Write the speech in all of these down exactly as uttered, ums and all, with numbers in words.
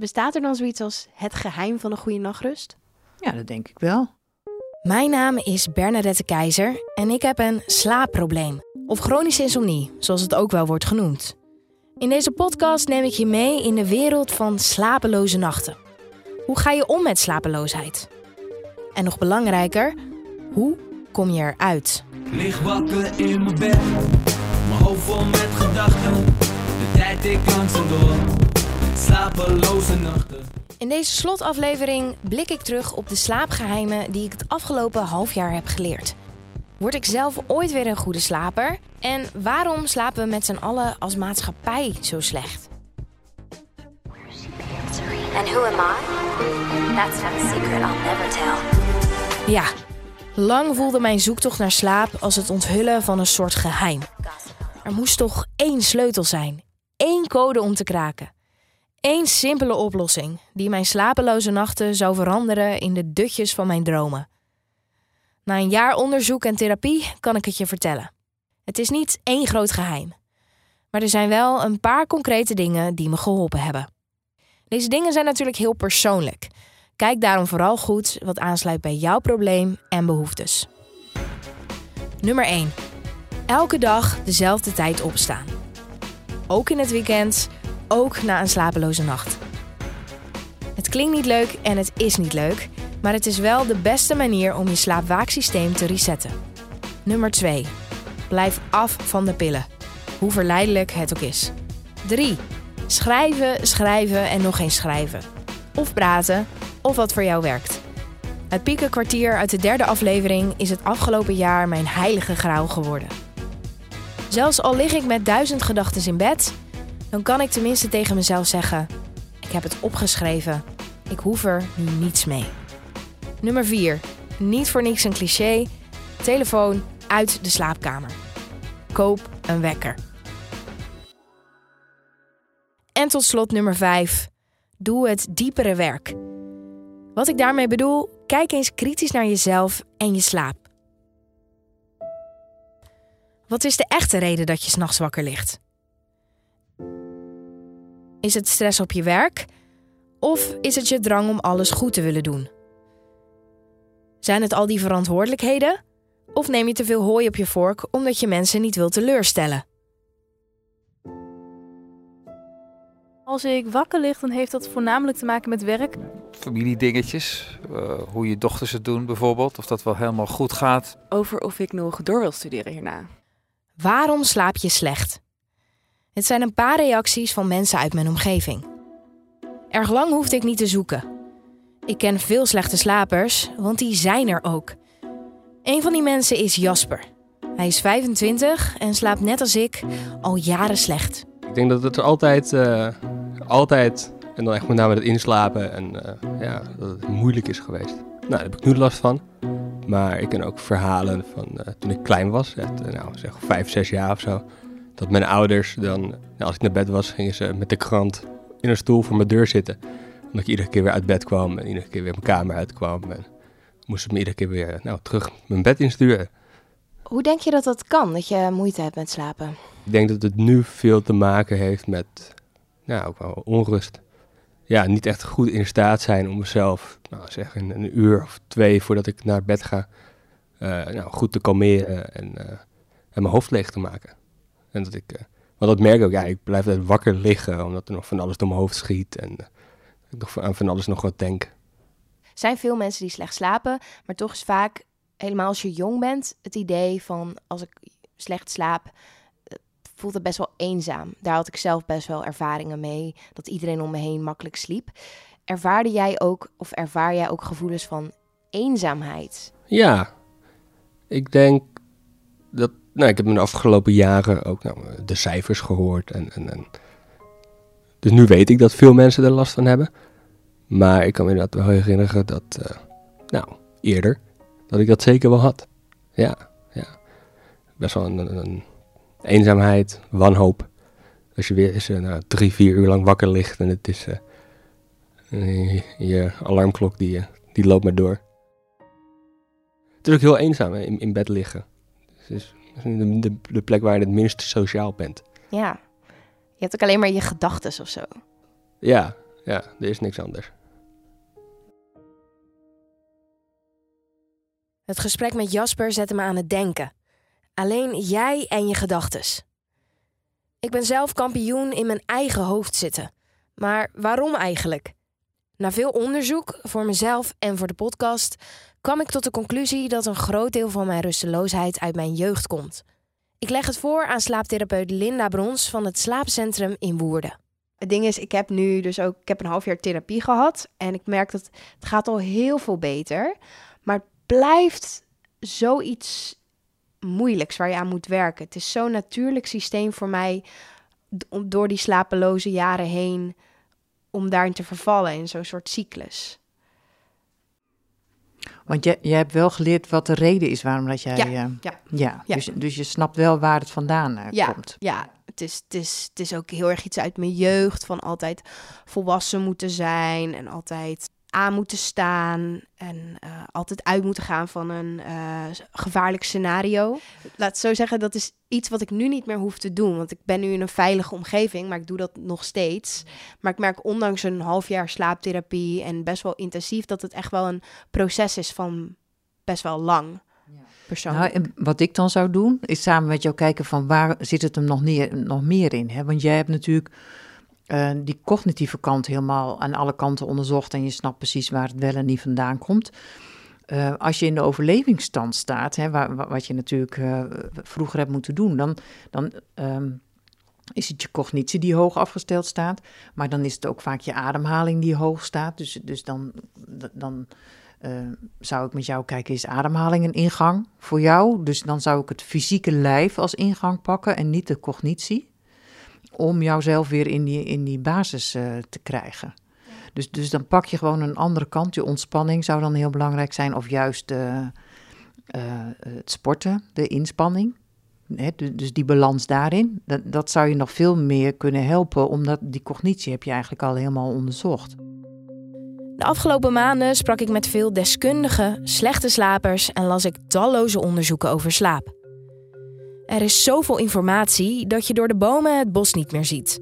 Bestaat er dan zoiets als het geheim van een goede nachtrust? Ja, dat denk ik wel. Mijn naam is Bernadette Keizer en ik heb een slaapprobleem. Of chronische insomnie, zoals het ook wel wordt genoemd. In deze podcast neem ik je mee in de wereld van slapeloze nachten. Hoe ga je om met slapeloosheid? En nog belangrijker, hoe kom je eruit? Lig wakker in mijn bed, mijn hoofd vol met gedachten. De tijd ik langzaam door, slapeloze nachten. In deze slotaflevering blik ik terug op de slaapgeheimen die ik het afgelopen half jaar heb geleerd. Word ik zelf ooit weer een goede slaper? En waarom slapen we met z'n allen als maatschappij zo slecht? And who am I? That's not a secret I'll never tell. Ja, lang voelde mijn zoektocht naar slaap als het onthullen van een soort geheim. Er moest toch één sleutel zijn, één code om te kraken. Eén simpele oplossing die mijn slapeloze nachten zou veranderen in de dutjes van mijn dromen. Na een jaar onderzoek en therapie kan ik het je vertellen. Het is niet één groot geheim. Maar er zijn wel een paar concrete dingen die me geholpen hebben. Deze dingen zijn natuurlijk heel persoonlijk. Kijk daarom vooral goed wat aansluit bij jouw probleem en behoeftes. Nummer één. Elke dag dezelfde tijd opstaan. Ook in het weekend, ook na een slapeloze nacht. Het klinkt niet leuk en het is niet leuk, maar het is wel de beste manier om je slaapwaaksysteem te resetten. Nummer twee. Blijf af van de pillen, hoe verleidelijk het ook is. drie. Schrijven, schrijven en nog eens schrijven. Of praten, of wat voor jou werkt. Het piekenkwartier uit de derde aflevering is het afgelopen jaar mijn heilige graal geworden. Zelfs al lig ik met duizend gedachten in bed, dan kan ik tenminste tegen mezelf zeggen: ik heb het opgeschreven, ik hoef er nu niets mee. Nummer vier. Niet voor niks een cliché. Telefoon uit de slaapkamer. Koop een wekker. En tot slot nummer vijf. Doe het diepere werk. Wat ik daarmee bedoel, kijk eens kritisch naar jezelf en je slaap. Wat is de echte reden dat je 's nachts wakker ligt? Is het stress op je werk? Of is het je drang om alles goed te willen doen? Zijn het al die verantwoordelijkheden? Of neem je te veel hooi op je vork omdat je mensen niet wilt teleurstellen? Als ik wakker lig, dan heeft dat voornamelijk te maken met werk. Familiedingetjes, uh, hoe je dochters het doen bijvoorbeeld, of dat wel helemaal goed gaat. Over of ik nog door wil studeren hierna. Waarom slaap je slecht? Het zijn een paar reacties van mensen uit mijn omgeving. Erg lang hoefde ik niet te zoeken. Ik ken veel slechte slapers, want die zijn er ook. Een van die mensen is Jasper. Hij is vijfentwintig en slaapt net als ik al jaren slecht. Ik denk dat het er altijd, uh, altijd, en dan echt met name het inslapen, en uh, ja, dat het moeilijk is geweest. Nou, daar heb ik nu last van. Maar ik ken ook verhalen van uh, toen ik klein was, echt, uh, nou zeg vijf, zes jaar of zo. Dat mijn ouders dan, nou, als ik naar bed was, gingen ze met de krant in een stoel voor mijn deur zitten. Omdat ik iedere keer weer uit bed kwam en iedere keer weer mijn kamer uitkwam. En moesten ze me iedere keer weer nou, terug mijn bed insturen. Hoe denk je dat dat kan, dat je moeite hebt met slapen? Ik denk dat het nu veel te maken heeft met nou, ook wel onrust. Ja, niet echt goed in staat zijn om mezelf, nou, zeg een, een uur of twee voordat ik naar bed ga, uh, nou, goed te kalmeren en, uh, en mijn hoofd leeg te maken. En dat ik, uh, want dat merk ik ook, ja, ik blijf altijd wakker liggen omdat er nog van alles door mijn hoofd schiet en uh, ik nog aan van alles nog wat denk. Er zijn veel mensen die slecht slapen, maar toch is vaak, helemaal als je jong bent, het idee van als ik slecht slaap, voelt het best wel eenzaam. Daar had ik zelf best wel ervaringen mee, dat iedereen om me heen makkelijk sliep. Ervaarde jij ook, of ervaar jij ook gevoelens van eenzaamheid? Ja, ik denk dat, nou, ik heb in de afgelopen jaren ook nou, de cijfers gehoord. En, en, en, dus nu weet ik dat veel mensen er last van hebben. Maar ik kan me inderdaad wel herinneren dat, uh, nou, eerder, dat ik dat zeker wel had. Ja, ja. Best wel een, een, een eenzaamheid, wanhoop. Als je weer eens uh, nou, drie, vier uur lang wakker ligt en het is uh, je alarmklok die, uh, die loopt maar door. Het is ook heel eenzaam, hè, in, in bed liggen. Het is de, de, de plek waar je het minst sociaal bent. Ja, je hebt ook alleen maar je gedachtes of zo. Ja, Ja, er is niks anders. Het gesprek met Jasper zette me aan het denken. Alleen jij en je gedachtes. Ik ben zelf kampioen in mijn eigen hoofd zitten. Maar waarom eigenlijk? Na veel onderzoek, voor mezelf en voor de podcast, kwam ik tot de conclusie dat een groot deel van mijn rusteloosheid uit mijn jeugd komt. Ik leg het voor aan slaaptherapeut Linda Brons van het Slaapcentrum in Woerden. Het ding is, ik heb nu dus ook, ik heb een half jaar therapie gehad en ik merk dat het gaat al heel veel beter, maar het blijft zoiets moeilijks waar je aan moet werken. Het is zo'n natuurlijk systeem voor mij om door die slapeloze jaren heen om daarin te vervallen in zo'n soort cyclus. Want je, je hebt wel geleerd wat de reden is waarom dat jij... Ja, uh, ja. ja, Ja. Dus, dus je snapt wel waar het vandaan uh, Ja, komt. ja. Het is, het, is, het is ook heel erg iets uit mijn jeugd, van altijd volwassen moeten zijn en altijd aan moeten staan en uh, altijd uit moeten gaan van een uh, gevaarlijk scenario. Laat het zo zeggen, dat is iets wat ik nu niet meer hoef te doen, want ik ben nu in een veilige omgeving, maar ik doe dat nog steeds. Maar ik merk ondanks een half jaar slaaptherapie en best wel intensief, dat het echt wel een proces is van best wel lang. Nou, en wat ik dan zou doen, is samen met jou kijken van waar zit het hem nog, neer, nog meer in. Hè? Want jij hebt natuurlijk uh, die cognitieve kant helemaal aan alle kanten onderzocht en je snapt precies waar het wel en niet vandaan komt. Uh, als je in de overlevingsstand staat, hè, waar, wat je natuurlijk uh, vroeger hebt moeten doen, dan, dan um, is het je cognitie die hoog afgesteld staat. Maar dan is het ook vaak je ademhaling die hoog staat. Dus, dus dan... dan Uh, zou ik met jou kijken, is ademhaling een ingang voor jou? Dus dan zou ik het fysieke lijf als ingang pakken en niet de cognitie. Om jouzelf weer in die, in die basis uh, te krijgen. Ja. Dus, dus dan pak je gewoon een andere kant. Je ontspanning zou dan heel belangrijk zijn. Of juist uh, uh, het sporten, de inspanning. Hè, dus die balans daarin. Dat, dat zou je nog veel meer kunnen helpen. Omdat die cognitie heb je eigenlijk al helemaal onderzocht. De afgelopen maanden sprak ik met veel deskundigen, slechte slapers en las ik talloze onderzoeken over slaap. Er is zoveel informatie dat je door de bomen het bos niet meer ziet.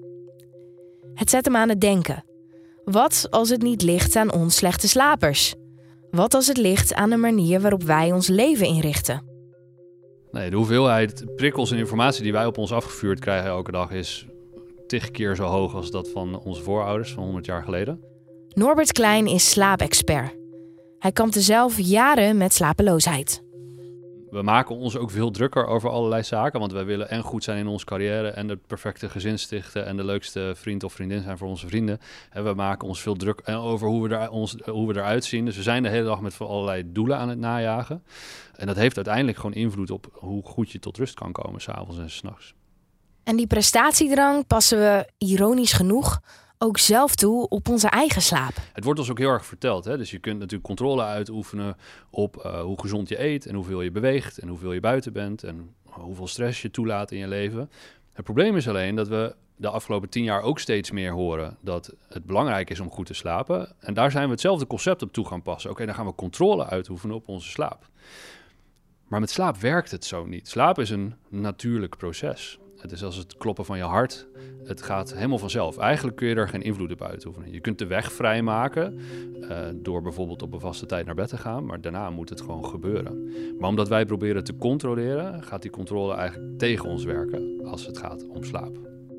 Het zet hem aan het denken. Wat als het niet ligt aan ons slechte slapers? Wat als het ligt aan de manier waarop wij ons leven inrichten? Nee, de hoeveelheid prikkels en informatie die wij op ons afgevuurd krijgen elke dag is tig keer zo hoog als dat van onze voorouders van honderd jaar geleden. Norbert Klein is slaapexpert. Hij kampte zelf jaren met slapeloosheid. We maken ons ook veel drukker over allerlei zaken, want wij willen en goed zijn in onze carrière en de perfecte gezin stichten en de leukste vriend of vriendin zijn voor onze vrienden. En we maken ons veel druk over hoe we, er, ons, hoe we eruit zien. Dus we zijn de hele dag met allerlei doelen aan het najagen. En dat heeft uiteindelijk gewoon invloed op hoe goed je tot rust kan komen, 's avonds en 's nachts. En die prestatiedrang passen we, ironisch genoeg, ook zelf toe op onze eigen slaap. Het wordt ons ook heel erg verteld. Hè? Dus je kunt natuurlijk controle uitoefenen op uh, hoe gezond je eet en hoeveel je beweegt en hoeveel je buiten bent en hoeveel stress je toelaat in je leven. Het probleem is alleen dat we de afgelopen tien jaar ook steeds meer horen dat het belangrijk is om goed te slapen. En daar zijn we hetzelfde concept op toe gaan passen. Oké, okay, dan gaan we controle uitoefenen op onze slaap. Maar met slaap werkt het zo niet. Slaap is een natuurlijk proces. Het is als het kloppen van je hart. Het gaat helemaal vanzelf. Eigenlijk kun je er geen invloed op uitoefenen. Je kunt de weg vrijmaken uh, door bijvoorbeeld op een vaste tijd naar bed te gaan. Maar daarna moet het gewoon gebeuren. Maar omdat wij proberen te controleren, gaat die controle eigenlijk tegen ons werken als het gaat om slaap.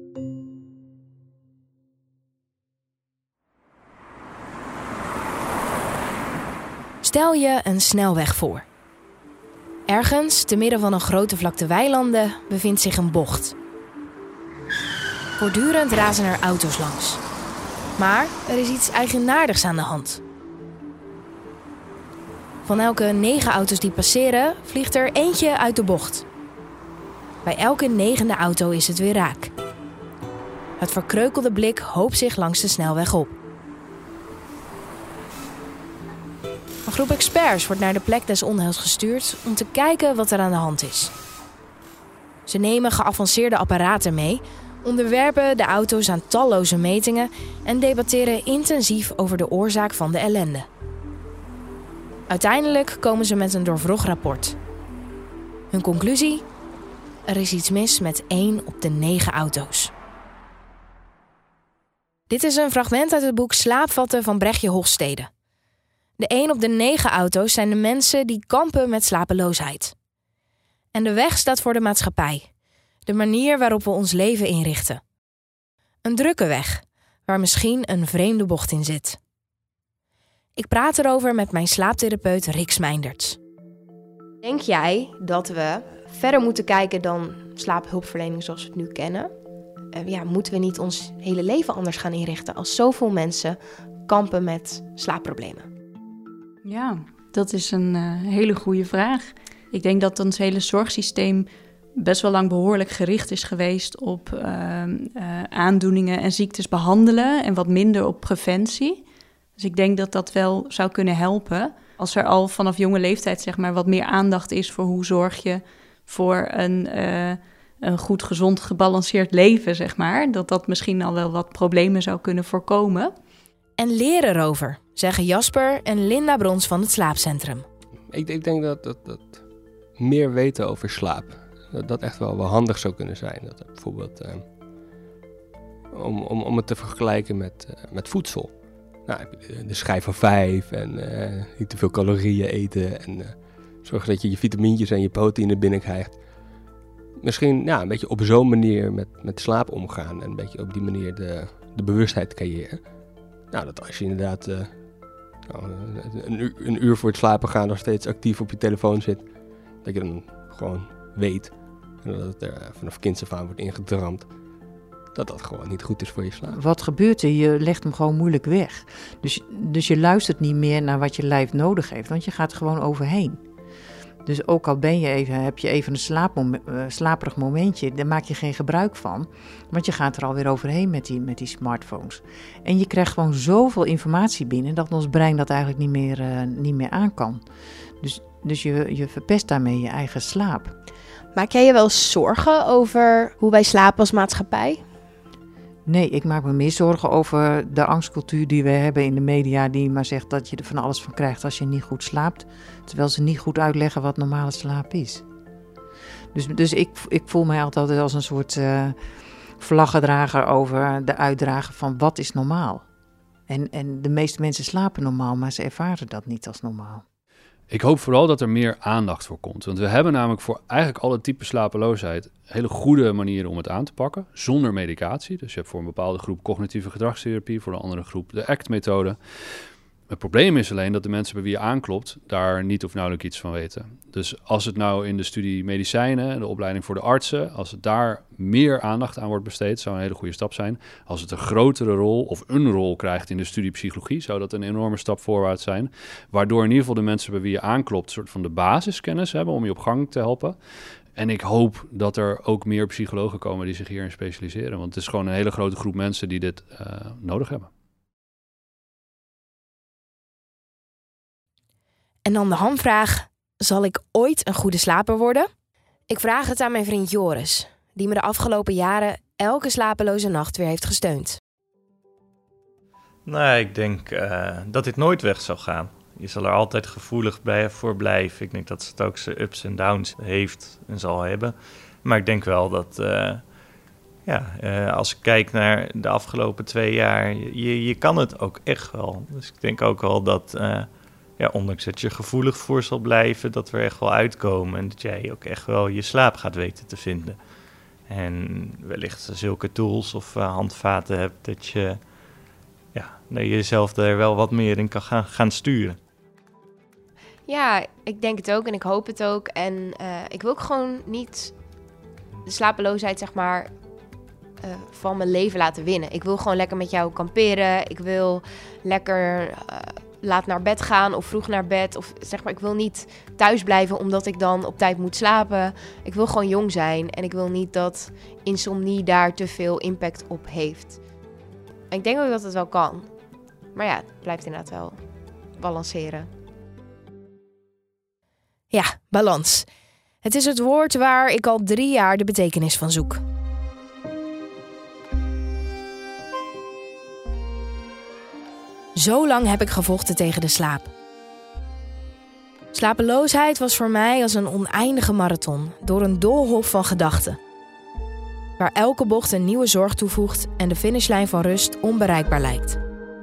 Stel je een snelweg voor. Ergens, te midden van een grote vlakte weilanden, bevindt zich een bocht. Voortdurend razen er auto's langs. Maar er is iets eigenaardigs aan de hand. Van elke negen auto's die passeren, vliegt er eentje uit de bocht. Bij elke negende auto is het weer raak. Het verkreukelde blik hoopt zich langs de snelweg op. Een groep experts wordt naar de plek des onheils gestuurd om te kijken wat er aan de hand is. Ze nemen geavanceerde apparaten mee, onderwerpen de auto's aan talloze metingen en debatteren intensief over de oorzaak van de ellende. Uiteindelijk komen ze met een doorwrocht rapport. Hun conclusie? Er is iets mis met één op de negen auto's. Dit is een fragment uit het boek Slaapvatten van Brechtje Hofstede. De één op de negen auto's zijn de mensen die kampen met slapeloosheid. En de weg staat voor de maatschappij. De manier waarop we ons leven inrichten. Een drukke weg, waar misschien een vreemde bocht in zit. Ik praat erover met mijn slaaptherapeut Rick Smeinderts. Denk jij dat we verder moeten kijken dan slaaphulpverlening zoals we het nu kennen? Uh, ja, moeten we niet ons hele leven anders gaan inrichten als zoveel mensen kampen met slaapproblemen? Ja, dat is een uh, hele goede vraag. Ik denk dat ons hele zorgsysteem best wel lang behoorlijk gericht is geweest op uh, uh, aandoeningen en ziektes behandelen en wat minder op preventie. Dus ik denk dat dat wel zou kunnen helpen als er al vanaf jonge leeftijd zeg maar wat meer aandacht is voor hoe zorg je voor een, uh, een goed, gezond, gebalanceerd leven, zeg maar. Dat dat misschien al wel wat problemen zou kunnen voorkomen. En leren erover, zeggen Jasper en Linda Brons van het Slaapcentrum. Ik, ik denk dat, dat, dat meer weten over slaap, dat, dat echt wel, wel handig zou kunnen zijn. Dat er bijvoorbeeld, uh, om, om, om het te vergelijken met, uh, met voedsel. Nou, heb je de schijf van vijf en uh, niet te veel calorieën eten en uh, zorg dat je je vitamintjes en je proteïne binnenkrijgt. Misschien ja, een beetje op zo'n manier met, met slaap omgaan en een beetje op die manier de, de bewustheid creëren. Nou, dat als je inderdaad uh, nou, een, uur, een uur voor het slapen gaan nog steeds actief op je telefoon zit, dat je dan gewoon weet en dat het er vanaf kinds af aan wordt ingedramd. Dat dat gewoon niet goed is voor je slaap. Wat gebeurt er? Je legt hem gewoon moeilijk weg. Dus, dus je luistert niet meer naar wat je lijf nodig heeft, want je gaat er gewoon overheen. Dus ook al ben je even, heb je even een slaapmom- uh, slaperig momentje, daar maak je geen gebruik van. Want je gaat er alweer overheen met die, met die smartphones. En je krijgt gewoon zoveel informatie binnen dat ons brein dat eigenlijk niet meer, uh, niet meer aan kan. Dus, dus je, je verpest daarmee je eigen slaap. Maak jij je wel zorgen over hoe wij slapen als maatschappij? Nee, ik maak me meer zorgen over de angstcultuur die we hebben in de media, die maar zegt dat je er van alles van krijgt als je niet goed slaapt, terwijl ze niet goed uitleggen wat normale slaap is. Dus, dus ik, ik voel mij altijd als een soort uh, vlaggedrager over de uitdragen van wat is normaal. En, en de meeste mensen slapen normaal, maar ze ervaren dat niet als normaal. Ik hoop vooral dat er meer aandacht voor komt. Want we hebben namelijk voor eigenlijk alle typen slapeloosheid hele goede manieren om het aan te pakken, zonder medicatie. Dus je hebt voor een bepaalde groep cognitieve gedragstherapie, voor een andere groep de A C T-methode. Het probleem is alleen dat de mensen bij wie je aanklopt daar niet of nauwelijks iets van weten. Dus als het nou in de studie medicijnen, de opleiding voor de artsen, als het daar meer aandacht aan wordt besteed, zou een hele goede stap zijn. Als het een grotere rol of een rol krijgt in de studie psychologie, zou dat een enorme stap voorwaarts zijn. Waardoor in ieder geval de mensen bij wie je aanklopt een soort van de basiskennis hebben om je op gang te helpen. En ik hoop dat er ook meer psychologen komen die zich hierin specialiseren. Want het is gewoon een hele grote groep mensen die dit uh, nodig hebben. En dan de hamvraag, zal ik ooit een goede slaper worden? Ik vraag het aan mijn vriend Joris, die me de afgelopen jaren elke slapeloze nacht weer heeft gesteund. Nou, ik denk uh, dat dit nooit weg zal gaan. Je zal er altijd gevoelig bij, voor blijven. Ik denk dat het ook zijn ups en downs heeft en zal hebben. Maar ik denk wel dat, uh, ja, uh, als ik kijk naar de afgelopen twee jaar, je, je kan het ook echt wel. Dus ik denk ook wel dat, uh, ja, ondanks dat je gevoelig voor zal blijven, dat we er echt wel uitkomen. En dat jij ook echt wel je slaap gaat weten te vinden. En wellicht zulke tools of uh, handvaten hebt dat je, ja, dat je jezelf er wel wat meer in kan gaan, gaan sturen. Ja, ik denk het ook en ik hoop het ook. En uh, ik wil ook gewoon niet de slapeloosheid, zeg maar, uh, van mijn leven laten winnen. Ik wil gewoon lekker met jou kamperen. Ik wil lekker uh, laat naar bed gaan of vroeg naar bed. Of zeg maar, ik wil niet thuis blijven omdat ik dan op tijd moet slapen. Ik wil gewoon jong zijn en ik wil niet dat insomnie daar te veel impact op heeft. En ik denk ook dat het wel kan. Maar ja, het blijft inderdaad wel balanceren. Ja, balans. Het is het woord waar ik al drie jaar de betekenis van zoek. Zo lang heb ik gevochten tegen de slaap. Slapeloosheid was voor mij als een oneindige marathon door een doolhof van gedachten. waar elke bocht een nieuwe zorg toevoegt en de finishlijn van rust onbereikbaar lijkt.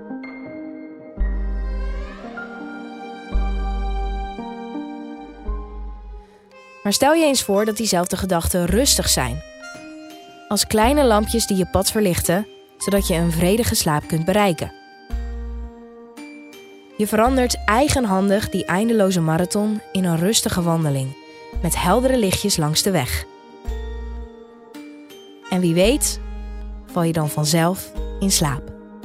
Maar stel je eens voor dat diezelfde gedachten rustig zijn. Als kleine lampjes die je pad verlichten, zodat je een vredige slaap kunt bereiken. Je verandert eigenhandig die eindeloze marathon in een rustige wandeling, met heldere lichtjes langs de weg. En wie weet, val je dan vanzelf in slaap.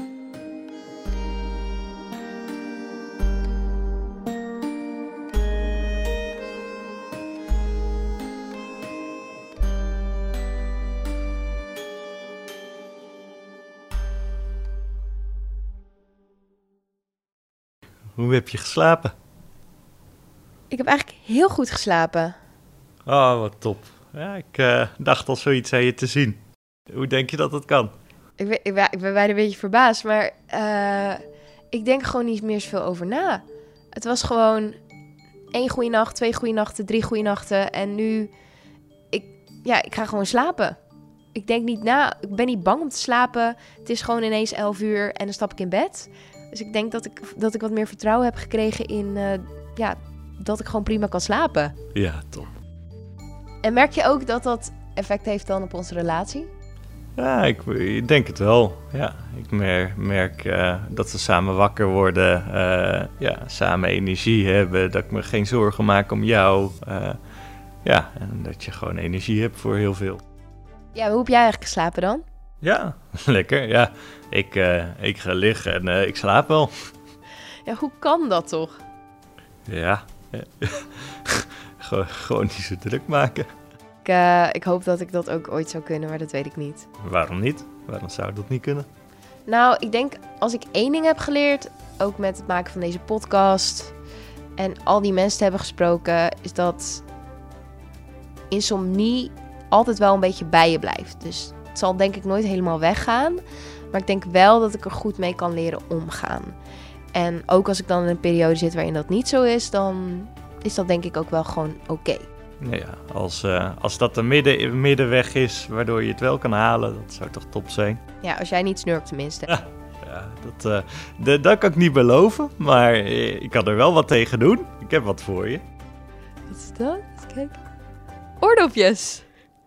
Hoe heb je geslapen? Ik heb eigenlijk heel goed geslapen. Oh, wat top. Ja, ik uh, dacht al zoiets aan je te zien. Hoe denk je dat het kan? Ik ben, ik ben, ik ben bijna een beetje verbaasd, maar uh, ik denk gewoon niet meer zoveel over na. Het was gewoon één goede nacht, twee goede nachten, drie goede nachten. En nu, ik, ja, ik ga gewoon slapen. Ik denk niet na, ik ben niet bang om te slapen. Het is gewoon ineens elf uur en dan stap ik in bed. Dus ik denk dat ik, dat ik wat meer vertrouwen heb gekregen in uh, ja, dat ik gewoon prima kan slapen. Ja, top. En merk je ook dat dat effect heeft dan op onze relatie? Ja, ik, ik denk het wel. Ja, ik mer, merk uh, dat we samen wakker worden, uh, ja, samen energie hebben, dat ik me geen zorgen maak om jou. Uh, ja, en dat je gewoon energie hebt voor heel veel. Ja, hoe heb jij eigenlijk geslapen dan? Ja, lekker. Ja, ik, uh, ik ga liggen en uh, ik slaap wel. Ja, hoe kan dat toch? Ja, gewoon, gewoon niet zo druk maken. Ik, uh, ik hoop dat ik dat ook ooit zou kunnen, maar dat weet ik niet. Waarom niet? Waarom zou ik dat niet kunnen? Nou, ik denk als ik één ding heb geleerd, ook met het maken van deze podcast en al die mensen te hebben gesproken, is dat insomnie altijd wel een beetje bij je blijft. Dus het zal denk ik nooit helemaal weggaan, maar ik denk wel dat ik er goed mee kan leren omgaan. En ook als ik dan in een periode zit waarin dat niet zo is, dan is dat denk ik ook wel gewoon oké. Okay. Nou ja, als, uh, als dat de midden, middenweg is, waardoor je het wel kan halen, dat zou toch top zijn? Ja, als jij niet snurkt tenminste. Ja, ja dat, uh, de, dat kan ik niet beloven, maar uh, ik kan er wel wat tegen doen. Ik heb wat voor je. Wat is dat? Eens kijken. Oordopjes!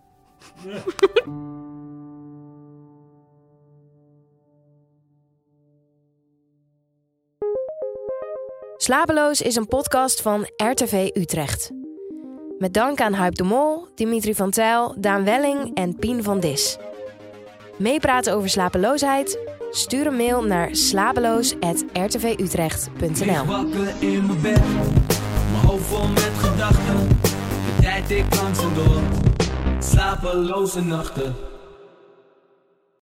Slapeloos is een podcast van R T V Utrecht. Met dank aan Huib de Mol, Dimitri van Tuyl, Daan Welling en Pien van Dis. Meepraten over slapeloosheid? Stuur een mail naar slapeloos apenstaartje r t v utrecht punt n l. Ik wakker in mijn bed, mijn hoofd vol met gedachten. De tijd ik langzaam door, slapeloze nachten.